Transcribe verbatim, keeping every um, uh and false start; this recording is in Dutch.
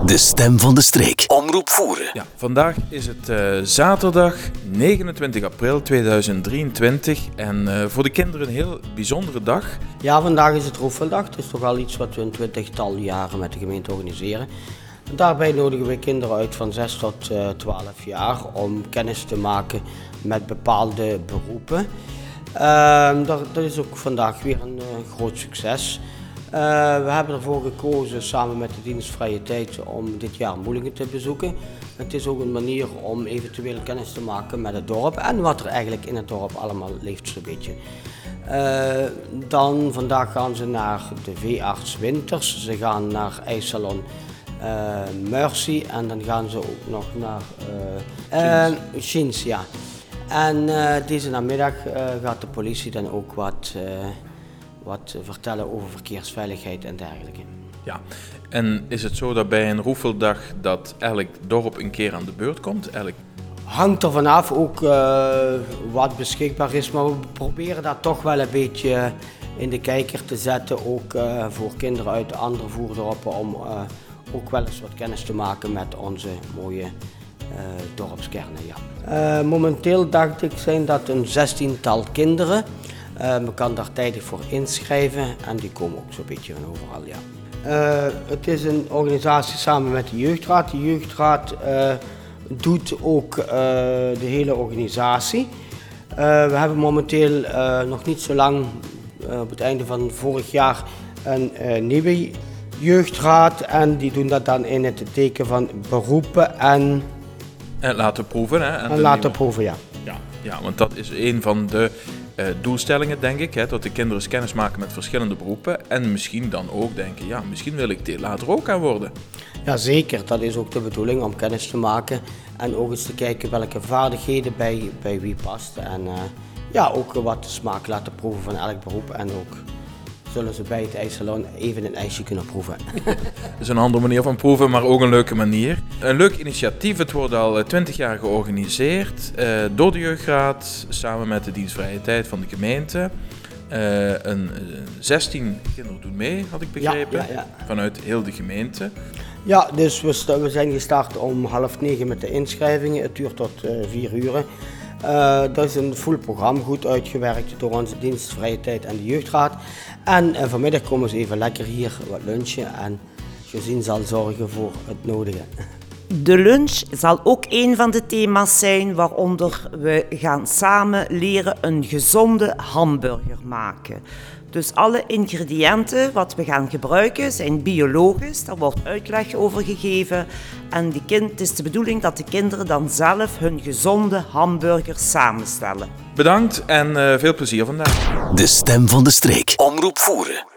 De stem van de streek. Omroep Voeren. Ja, vandaag is het uh, zaterdag negenentwintig april tweeduizend drieëntwintig en uh, voor de kinderen een heel bijzondere dag. Ja, vandaag is het Roefeldag. Het is toch al iets wat we een twintigtal jaren met de gemeente organiseren. Daarbij nodigen we kinderen uit van zes tot twaalf jaar om kennis te maken met bepaalde beroepen. Uh, dat, dat is ook vandaag weer een uh, groot succes. Uh, we hebben ervoor gekozen samen met de dienst Vrije Tijd om dit jaar Moelingen te bezoeken. Het is ook een manier om eventueel kennis te maken met het dorp en wat er eigenlijk in het dorp allemaal leeft zo'n beetje. Uh, dan vandaag gaan ze naar de veearts Winters, ze gaan naar ijssalon uh, Mercy en dan gaan ze ook nog naar uh, uh, Shins, ja. En uh, deze namiddag uh, gaat de politie dan ook wat, uh, wat vertellen over verkeersveiligheid en dergelijke. Ja, en is het zo dat bij een Roefeldag dat elk dorp een keer aan de beurt komt? Elk... Hangt er vanaf ook uh, wat beschikbaar is, maar we proberen dat toch wel een beetje in de kijker te zetten. Ook uh, voor kinderen uit andere voerdorpen om uh, ook wel eens wat kennis te maken met onze mooie Uh, dorpskernen, ja. Uh, momenteel dacht ik zijn dat een zestiental kinderen. Uh, men kan daar tijdig voor inschrijven en die komen ook zo'n beetje van overal, ja. Uh, het is een organisatie samen met de jeugdraad. De jeugdraad uh, doet ook uh, de hele organisatie. Uh, we hebben momenteel uh, nog niet zo lang, uh, op het einde van vorig jaar, een uh, nieuwe jeugdraad en die doen dat dan in het teken van beroepen en En laten proeven. Hè? En en laten nieuwe... proeven, ja. ja. Ja, want dat is een van de uh, doelstellingen, denk ik. Hè? Dat de kinderen eens kennis maken met verschillende beroepen. En misschien dan ook denken, ja, misschien wil ik dit later ook aan worden. Jazeker, dat is ook de bedoeling, om kennis te maken. En ook eens te kijken welke vaardigheden bij, bij wie past. En uh, ja, ook wat de smaak laten proeven van elk beroep. En ook zullen ze bij het ijssalon even een ijsje kunnen proeven. Dat is een andere manier van proeven, maar ook een leuke manier. Een leuk initiatief, het wordt al twintig jaar georganiseerd uh, door de jeugdraad, samen met de dienst Vrije Tijd van de gemeente. Uh, een, zestien kinderen doen mee, had ik begrepen, ja, ja, ja. Vanuit heel de gemeente. Ja, dus we, st- we zijn gestart om half negen met de inschrijvingen. Het duurt tot uh, vier uur. Uh, dat is een full programma, goed uitgewerkt door onze dienst Vrije Tijd en de jeugdraad. En uh, vanmiddag komen ze even lekker hier wat lunchen en Josien zal zorgen voor het nodige. De lunch zal ook een van de thema's zijn waaronder we gaan samen leren een gezonde hamburger maken. Dus alle ingrediënten wat we gaan gebruiken zijn biologisch, daar wordt uitleg over gegeven. En de kind, het is de bedoeling dat de kinderen dan zelf hun gezonde hamburger samenstellen. Bedankt en uh, veel plezier vandaag. De stem van de streek. Omroep Voeren.